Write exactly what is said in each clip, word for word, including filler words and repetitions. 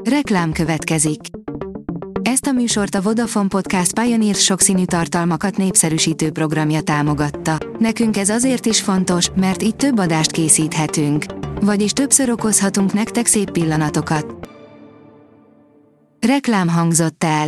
Reklám következik. Ezt a műsort a Vodafone Podcast Pioneer sokszínű tartalmakat népszerűsítő programja támogatta. Nekünk ez azért is fontos, mert így több adást készíthetünk. Vagyis többször okozhatunk nektek szép pillanatokat. Reklám hangzott el.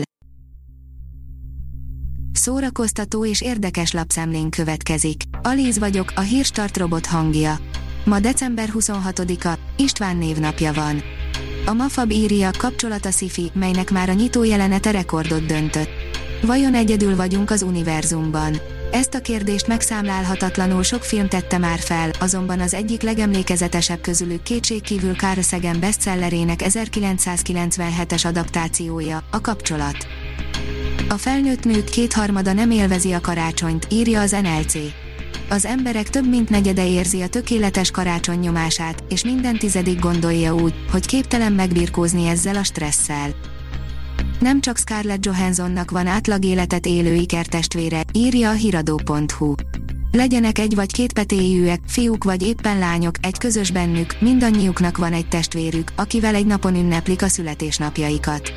Szórakoztató és érdekes lapszemlén következik. Alíz vagyok, a Hírstart robot hangja. Ma december huszonhatodika, István névnapja van. A Mafab írja, kapcsolat a sci-fi, melynek már a nyitó jelenete rekordot döntött. Vajon egyedül vagyunk az univerzumban? Ezt a kérdést megszámlálhatatlanul sok film tette már fel, azonban az egyik legemlékezetesebb közülük kétségkívül Carl Sagan bestsellerének ezerkilencszázkilencvenhetes adaptációja, a Kapcsolat. A felnőtt nők kétharmada nem élvezi a karácsonyt, írja az en el cé. Az emberek több mint negyede érzi a tökéletes karácsony nyomását, és minden tizedik gondolja úgy, hogy képtelen megbirkózni ezzel a stresszel. Nem csak Scarlett Johanssonnak van átlag életet élő ikertestvére, írja a hiradó pont hu. Legyenek egy vagy két petéjűek, fiúk vagy éppen lányok, egy közös bennük, mindannyiuknak van egy testvérük, akivel egy napon ünneplik a születésnapjaikat.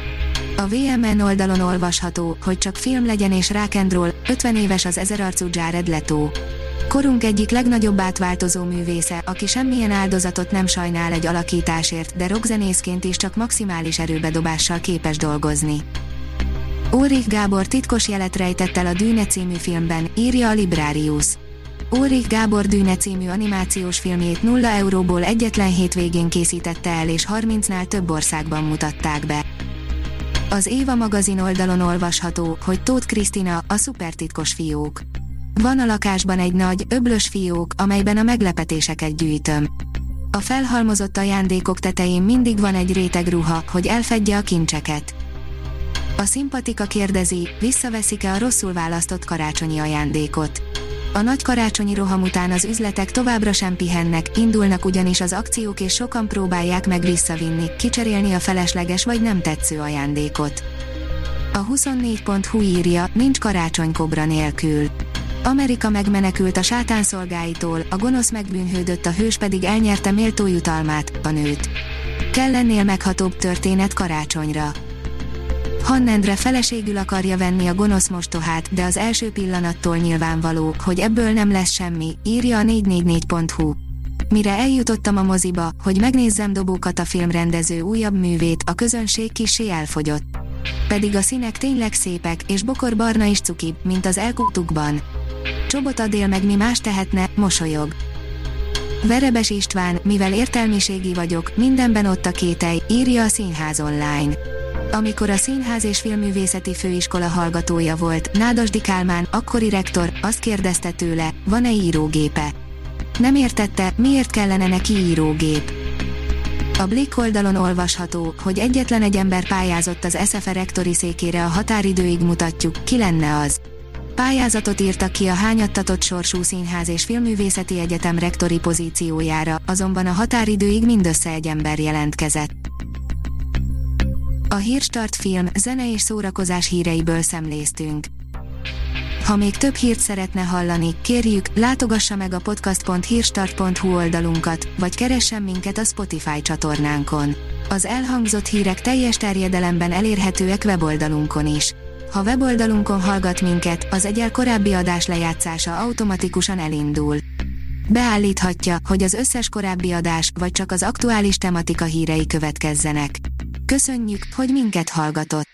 A vé em en oldalon olvasható, hogy csak film legyen és rock and roll, ötven éves az ezerarcú Jared Leto. Korunk egyik legnagyobb átváltozó művésze, aki semmilyen áldozatot nem sajnál egy alakításért, de rockzenészként is csak maximális erőbedobással képes dolgozni. Ulrich Gábor titkos jelet rejtett el a Dűne című filmben, írja a Librarius. Ulrich Gábor Dűne című animációs filmjét nulla euróból egyetlen hétvégén készítette el és harmincnál több országban mutatták be. Az Éva magazin oldalon olvasható, hogy Tóth Krisztina, a szupertitkos fiók. Van a lakásban egy nagy, öblös fiók, amelyben a meglepetéseket gyűjtöm. A felhalmozott ajándékok tetején mindig van egy réteg ruha, hogy elfedje a kincseket. A szimpatika kérdezi, visszaveszik-e a rosszul választott karácsonyi ajándékot. A nagy karácsonyi roham után az üzletek továbbra sem pihennek, indulnak ugyanis az akciók és sokan próbálják meg visszavinni, kicserélni a felesleges vagy nem tetsző ajándékot. A huszonnégy pont hu írja, nincs karácsony kobra nélkül. Amerika megmenekült a sátán szolgáitól, a gonosz megbűnhődött, a hős pedig elnyerte méltó jutalmát, a nőt. Kell ennél meghatóbb történet karácsonyra. Hannendre feleségül akarja venni a gonosz mostohát, de az első pillanattól nyilvánvaló, hogy ebből nem lesz semmi, írja a négyszáznegyvennégy pont hu. Mire eljutottam a moziba, hogy megnézzem Dobó Kata filmrendező újabb művét, a közönség kissé elfogyott. Pedig a színek tényleg szépek, és Bokor Barna is cukibb, mint az Elkútukban. Csobot Adél meg mi más tehetne, mosolyog. Verebes István, mivel értelmiségi vagyok, mindenben ott a kételj, írja a Színház online. Amikor a Színház és Filmművészeti Főiskola hallgatója volt, Nádasdy Kálmán, akkori rektor, azt kérdezte tőle, van-e írógépe. Nem értette, miért kellene neki írógép. A Blick oldalon olvasható, hogy egyetlen egy ember pályázott az es ef e rektori székére, a határidőig mutatjuk, ki lenne az. Pályázatot írtak ki a hányattatott sorsú Színház és Filmművészeti Egyetem rektori pozíciójára, azonban a határidőig mindössze egy ember jelentkezett. A Hírstart film, zene és szórakozás híreiből szemléztünk. Ha még több hírt szeretne hallani, kérjük, látogassa meg a podcast pont hírstart pont hu oldalunkat, vagy keressen minket a Spotify csatornánkon. Az elhangzott hírek teljes terjedelemben elérhetőek weboldalunkon is. Ha weboldalunkon hallgat minket, az egyel korábbi adás lejátszása automatikusan elindul. Beállíthatja, hogy az összes korábbi adás, vagy csak az aktuális tematika hírei következzenek. Köszönjük, hogy minket hallgatott!